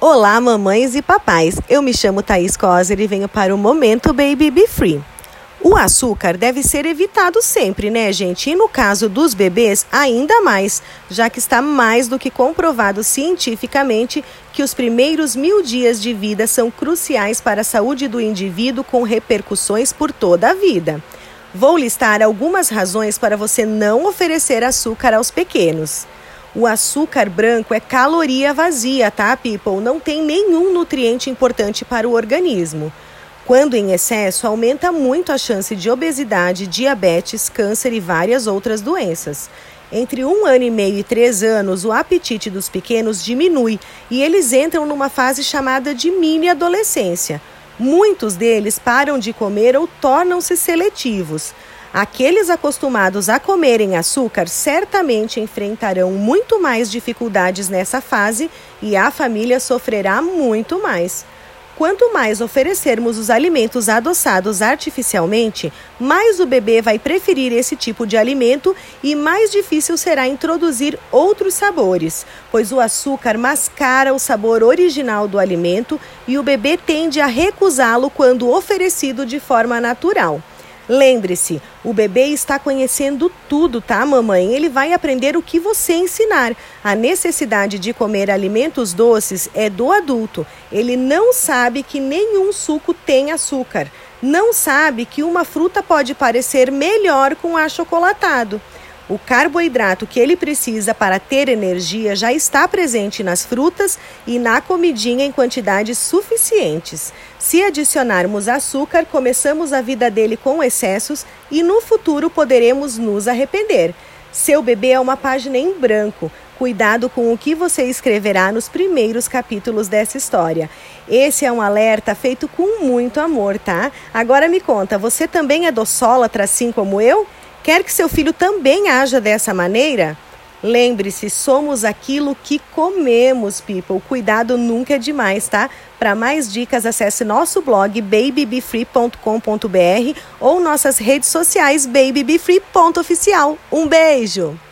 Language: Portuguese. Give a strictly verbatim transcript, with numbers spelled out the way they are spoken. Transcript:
Olá, mamães e papais. Eu me chamo Thaís Coser e venho para o Momento Baby Be Free. O açúcar deve ser evitado sempre, né, gente? E no caso dos bebês, ainda mais, já que está mais do que comprovado cientificamente que os primeiros mil dias de vida são cruciais para a saúde do indivíduo, com repercussões por toda a vida. Vou listar algumas razões para você não oferecer açúcar aos pequenos. O açúcar branco é caloria vazia, tá, people? Não tem nenhum nutriente importante para o organismo. Quando em excesso, aumenta muito a chance de obesidade, diabetes, câncer e várias outras doenças. Entre um ano e meio e três anos, o apetite dos pequenos diminui e eles entram numa fase chamada de mini-adolescência. Muitos deles param de comer ou tornam-se seletivos. Aqueles acostumados a comerem açúcar certamente enfrentarão muito mais dificuldades nessa fase e a família sofrerá muito mais. Quanto mais oferecermos os alimentos adoçados artificialmente, mais o bebê vai preferir esse tipo de alimento e mais difícil será introduzir outros sabores, pois o açúcar mascara o sabor original do alimento e o bebê tende a recusá-lo quando oferecido de forma natural. Lembre-se, o bebê está conhecendo tudo, tá, mamãe? Ele vai aprender o que você ensinar. A necessidade de comer alimentos doces é do adulto. Ele não sabe que nenhum suco tem açúcar. Não sabe que uma fruta pode parecer melhor com achocolatado. O carboidrato que ele precisa para ter energia já está presente nas frutas e na comidinha em quantidades suficientes. Se adicionarmos açúcar, começamos a vida dele com excessos e no futuro poderemos nos arrepender. Seu bebê é uma página em branco. Cuidado com o que você escreverá nos primeiros capítulos dessa história. Esse é um alerta feito com muito amor, tá? Agora me conta, você também é doçólatra assim como eu? Quer que seu filho também haja dessa maneira? Lembre-se, somos aquilo que comemos, people. Cuidado nunca é demais, tá? Para mais dicas, acesse nosso blog baby be free ponto com ponto b r ou nossas redes sociais baby be free ponto oficial. Um beijo!